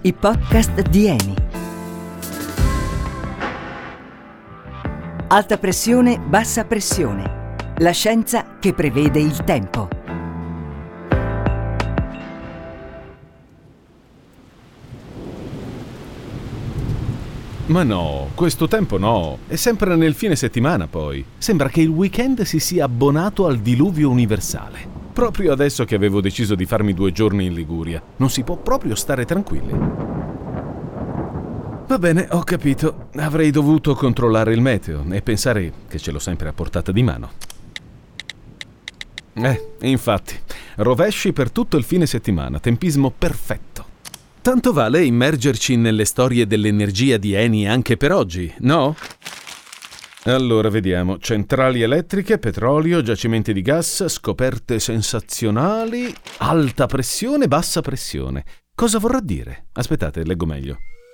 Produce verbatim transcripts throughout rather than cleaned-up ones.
i podcast di Eni. Alta pressione, bassa pressione. La scienza che prevede il tempo. Ma no, questo tempo no, è sempre nel fine settimana poi. Sembra che il weekend si sia abbonato al diluvio universale. Proprio adesso che avevo deciso di farmi due giorni in Liguria. Non si può proprio stare tranquilli. Va bene, ho capito. Avrei dovuto controllare il meteo e pensare che ce l'ho sempre a portata di mano. Eh, infatti, rovesci per tutto il fine settimana, tempismo perfetto. Tanto vale immergerci nelle storie dell'energia di Eni anche per oggi, no? Allora, vediamo. Centrali elettriche, petrolio, giacimenti di gas, scoperte sensazionali, alta pressione, bassa pressione. Cosa vorrà dire? Aspettate, leggo meglio.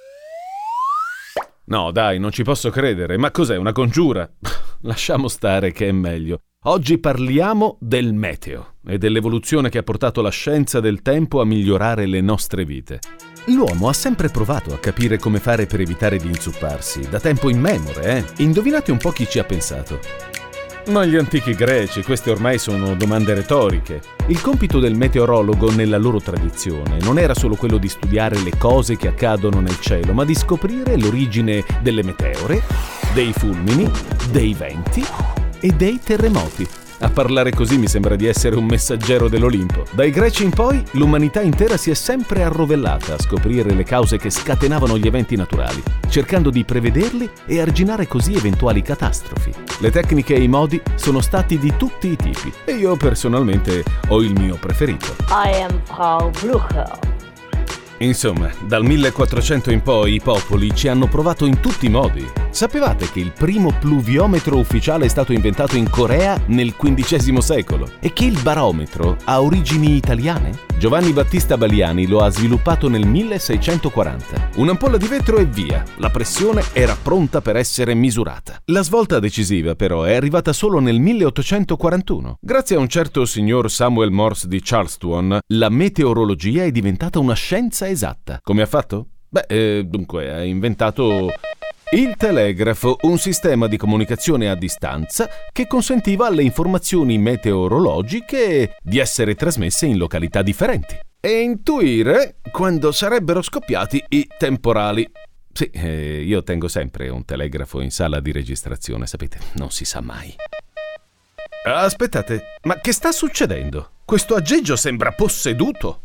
No, dai, non ci posso credere. Ma cos'è, una congiura? Lasciamo stare che è meglio. Oggi parliamo del meteo e dell'evoluzione che ha portato la scienza del tempo a migliorare le nostre vite. L'uomo ha sempre provato a capire come fare per evitare di inzupparsi, da tempo immemore, eh? Indovinate un po' chi ci ha pensato. Ma gli antichi greci, queste ormai sono domande retoriche. Il compito del meteorologo nella loro tradizione non era solo quello di studiare le cose che accadono nel cielo, ma di scoprire l'origine delle meteore, dei fulmini, dei venti e dei terremoti. A parlare così mi sembra di essere un messaggero dell'Olimpo. Dai greci in poi l'umanità intera si è sempre arrovellata a scoprire le cause che scatenavano gli eventi naturali, cercando di prevederli e arginare così eventuali catastrofi. Le tecniche e i modi sono stati di tutti i tipi e io personalmente ho il mio preferito. I am Paul Blücher. Insomma, dal millequattrocento in poi i popoli ci hanno provato in tutti i modi. Sapevate che il primo pluviometro ufficiale è stato inventato in Corea nel quindicesimo secolo e che il barometro ha origini italiane? Giovanni Battista Baliani lo ha sviluppato nel milleseicentoquaranta. Un'ampolla di vetro e via. La pressione era pronta per essere misurata. La svolta decisiva, però, è arrivata solo nel milleottocentoquarantuno. Grazie a un certo signor Samuel Morse di Charleston, la meteorologia è diventata una scienza esatta. Come ha fatto? Beh, eh, dunque, ha inventato il telegrafo, un sistema di comunicazione a distanza che consentiva alle informazioni meteorologiche di essere trasmesse in località differenti e intuire quando sarebbero scoppiati i temporali. Sì, eh, io tengo sempre un telegrafo in sala di registrazione, sapete, non si sa mai. Aspettate, ma che sta succedendo? Questo aggeggio sembra posseduto.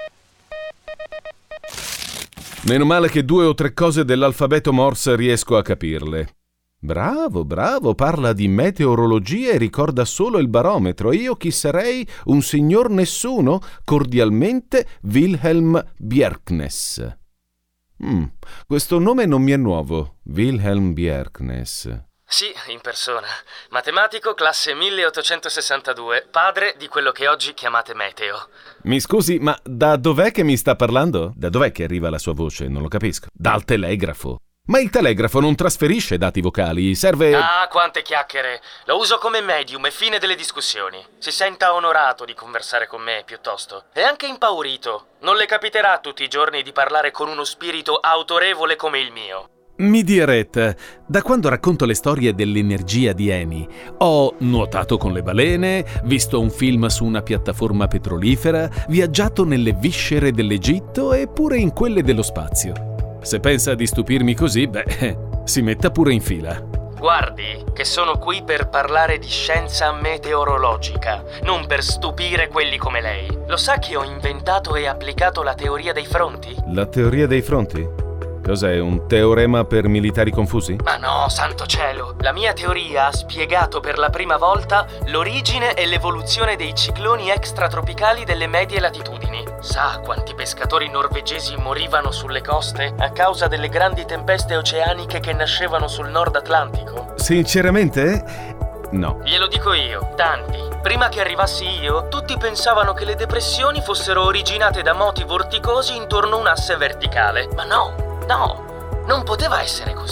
Meno male che due o tre cose dell'alfabeto Morse riesco a capirle. Bravo, bravo, parla di meteorologia e ricorda solo il barometro. Io chi sarei? Un signor nessuno? Cordialmente Wilhelm Bjerknes. Mm, questo nome non mi è nuovo. Wilhelm Bjerknes. Sì, in persona. Matematico, classe milleottocentosessantadue, padre di quello che oggi chiamate meteo. Mi scusi, ma da dov'è che mi sta parlando? Da dov'è che arriva la sua voce? Non lo capisco. Dal telegrafo. Ma il telegrafo non trasferisce dati vocali, serve... Ah, quante chiacchiere! Lo uso come medium e fine delle discussioni. Si senta onorato di conversare con me, piuttosto. E anche impaurito. Non le capiterà tutti i giorni di parlare con uno spirito autorevole come il mio. Mi dia retta, da quando racconto le storie dell'energia di Eni, ho nuotato con le balene, visto un film su una piattaforma petrolifera, viaggiato nelle viscere dell'Egitto e pure in quelle dello spazio. Se pensa di stupirmi così, beh, si metta pure in fila. Guardi, che sono qui per parlare di scienza meteorologica, non per stupire quelli come lei. Lo sa che ho inventato e applicato la teoria dei fronti? La teoria dei fronti? Cos'è, un teorema per militari confusi? Ma no, santo cielo! La mia teoria ha spiegato per la prima volta l'origine e l'evoluzione dei cicloni extratropicali delle medie latitudini. Sa quanti pescatori norvegesi morivano sulle coste a causa delle grandi tempeste oceaniche che nascevano sul Nord Atlantico? Sinceramente? No. Glielo dico io, tanti. Prima che arrivassi io, tutti pensavano che le depressioni fossero originate da moti vorticosi intorno a un asse verticale. Ma no! No, non poteva essere così.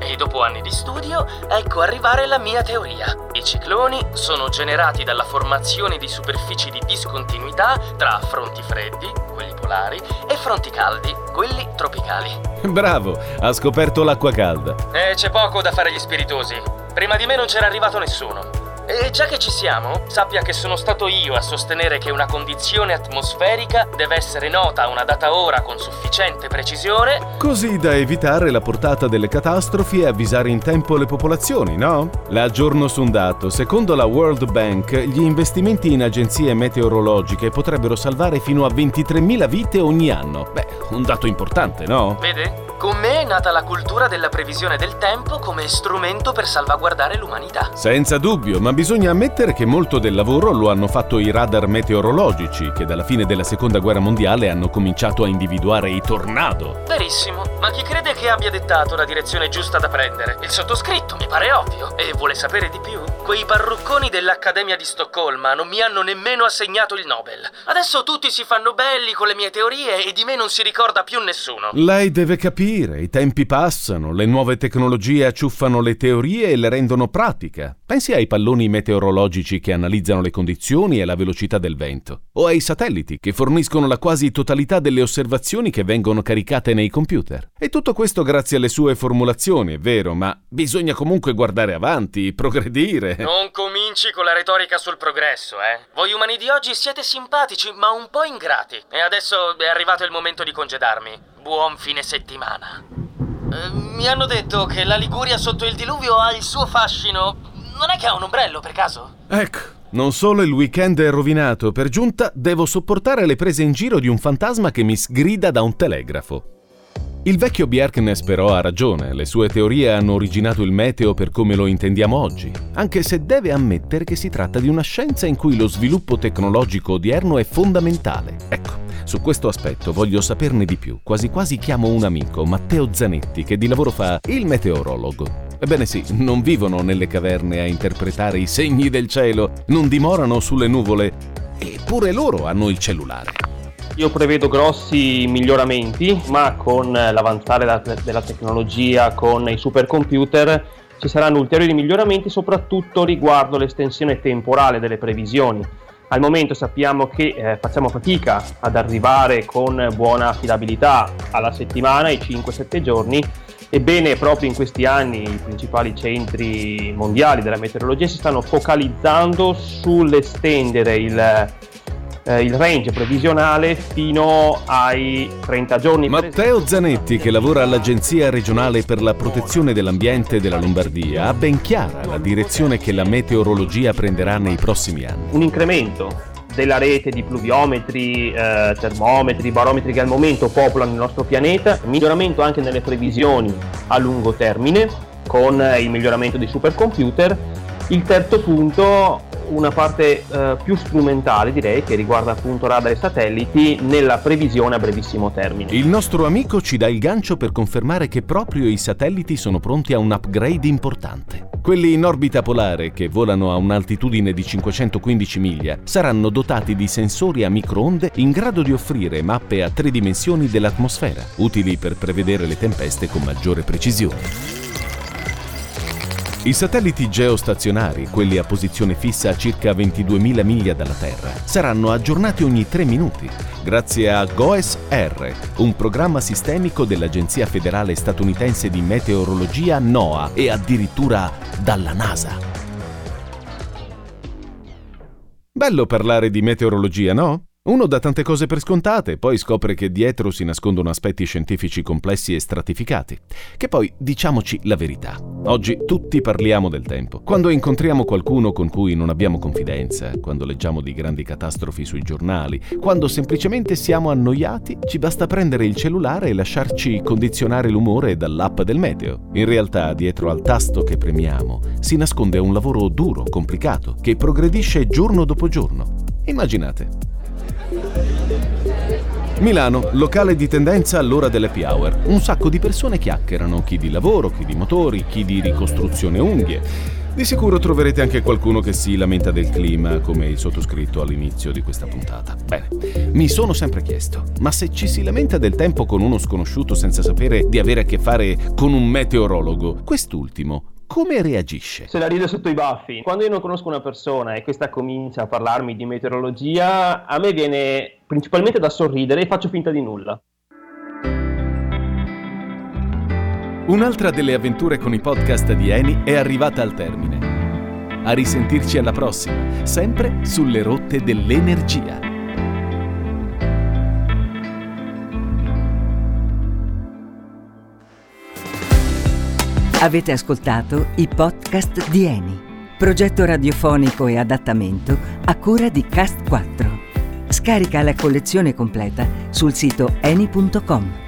E dopo anni di studio, ecco arrivare la mia teoria. I cicloni sono generati dalla formazione di superfici di discontinuità tra fronti freddi, quelli polari, e fronti caldi, quelli tropicali. Bravo, ha scoperto l'acqua calda. E c'è poco da fare gli spiritosi. Prima di me non c'era arrivato nessuno. E già che ci siamo, sappia che sono stato io a sostenere che una condizione atmosferica deve essere nota a una data ora con sufficiente precisione, così da evitare la portata delle catastrofi e avvisare in tempo le popolazioni, no? La aggiorno su un dato. Secondo la World Bank, gli investimenti in agenzie meteorologiche potrebbero salvare fino a ventitremila vite ogni anno. Beh, un dato importante, no? Vede? Con me è nata la cultura della previsione del tempo come strumento per salvaguardare l'umanità. Senza dubbio, ma bisogna ammettere che molto del lavoro lo hanno fatto i radar meteorologici, che dalla fine della seconda guerra mondiale hanno cominciato a individuare i tornado. Verissimo, ma chi crede che abbia dettato la direzione giusta da prendere? Il sottoscritto, mi pare ovvio. E vuole sapere di più? Quei parrucconi dell'Accademia di Stoccolma non mi hanno nemmeno assegnato il Nobel. Adesso tutti si fanno belli con le mie teorie e di me non si ricorda più nessuno. Lei deve capire. I tempi passano, le nuove tecnologie acciuffano le teorie e le rendono pratica. Pensi ai palloni meteorologici che analizzano le condizioni e la velocità del vento, o ai satelliti che forniscono la quasi totalità delle osservazioni che vengono caricate nei computer. E tutto questo grazie alle sue formulazioni, è vero, ma bisogna comunque guardare avanti, progredire. Non cominci con la retorica sul progresso, eh? Voi umani di oggi siete simpatici, ma un po' ingrati. E adesso è arrivato il momento di congedarmi. Buon fine settimana. Eh, mi hanno detto che la Liguria sotto il diluvio ha il suo fascino. Non è che ha un ombrello, per caso? Ecco, non solo il weekend è rovinato, per giunta devo sopportare le prese in giro di un fantasma che mi sgrida da un telegrafo. Il vecchio Bjerknes però ha ragione, le sue teorie hanno originato il meteo per come lo intendiamo oggi, anche se deve ammettere che si tratta di una scienza in cui lo sviluppo tecnologico odierno è fondamentale. Ecco, su questo aspetto voglio saperne di più, quasi quasi chiamo un amico, Matteo Zanetti, che di lavoro fa il meteorologo. Ebbene sì, non vivono nelle caverne a interpretare i segni del cielo, non dimorano sulle nuvole, eppure loro hanno il cellulare. Io prevedo grossi miglioramenti, ma con l'avanzare della tecnologia, con i supercomputer, ci saranno ulteriori miglioramenti, soprattutto riguardo l'estensione temporale delle previsioni. Al momento sappiamo che eh, facciamo fatica ad arrivare con buona affidabilità alla settimana, ai cinque sette giorni. Ebbene, proprio in questi anni i principali centri mondiali della meteorologia si stanno focalizzando sull'estendere il il range previsionale fino ai trenta giorni. Matteo Zanetti, che lavora all'Agenzia regionale per la protezione dell'ambiente della Lombardia, ha ben chiara la direzione che la meteorologia prenderà nei prossimi anni. Un incremento della rete di pluviometri, eh, termometri, barometri che al momento popolano il nostro pianeta, miglioramento anche nelle previsioni a lungo termine con il miglioramento dei supercomputer. Il terzo punto, una parte eh, più strumentale, direi, che riguarda appunto radar e satelliti nella previsione a brevissimo termine. Il nostro amico ci dà il gancio per confermare che proprio i satelliti sono pronti a un upgrade importante. Quelli in orbita polare, che volano a un'altitudine di cinquecentoquindici miglia, saranno dotati di sensori a microonde in grado di offrire mappe a tre dimensioni dell'atmosfera, utili per prevedere le tempeste con maggiore precisione. I satelliti geostazionari, quelli a posizione fissa a circa ventiduemila miglia dalla Terra, saranno aggiornati ogni tre minuti, grazie a GOES-R, un programma sistemico dell'Agenzia federale statunitense di meteorologia NOAA e addirittura dalla NASA. Bello parlare di meteorologia, no? Uno dà tante cose per scontate, poi scopre che dietro si nascondono aspetti scientifici complessi e stratificati. Che poi, diciamoci la verità, oggi tutti parliamo del tempo. Quando incontriamo qualcuno con cui non abbiamo confidenza, quando leggiamo di grandi catastrofi sui giornali, quando semplicemente siamo annoiati, ci basta prendere il cellulare e lasciarci condizionare l'umore dall'app del meteo. In realtà, dietro al tasto che premiamo, si nasconde un lavoro duro, complicato, che progredisce giorno dopo giorno. Immaginate. Milano, locale di tendenza all'ora dell'happy hour. Un sacco di persone chiacchierano, chi di lavoro, chi di motori, chi di ricostruzione unghie. Di sicuro troverete anche qualcuno che si lamenta del clima, come il sottoscritto all'inizio di questa puntata. Bene, mi sono sempre chiesto, ma se ci si lamenta del tempo con uno sconosciuto senza sapere di avere a che fare con un meteorologo, quest'ultimo come reagisce? Se la ride sotto i baffi. Quando io non conosco una persona e questa comincia a parlarmi di meteorologia, a me viene principalmente da sorridere e faccio finta di nulla. Un'altra delle avventure con i podcast di Eni è arrivata al termine. A risentirci alla prossima, sempre sulle rotte dell'energia. Avete ascoltato i podcast di Eni, progetto radiofonico e adattamento a cura di Cast quattro. Scarica la collezione completa sul sito eni punto com.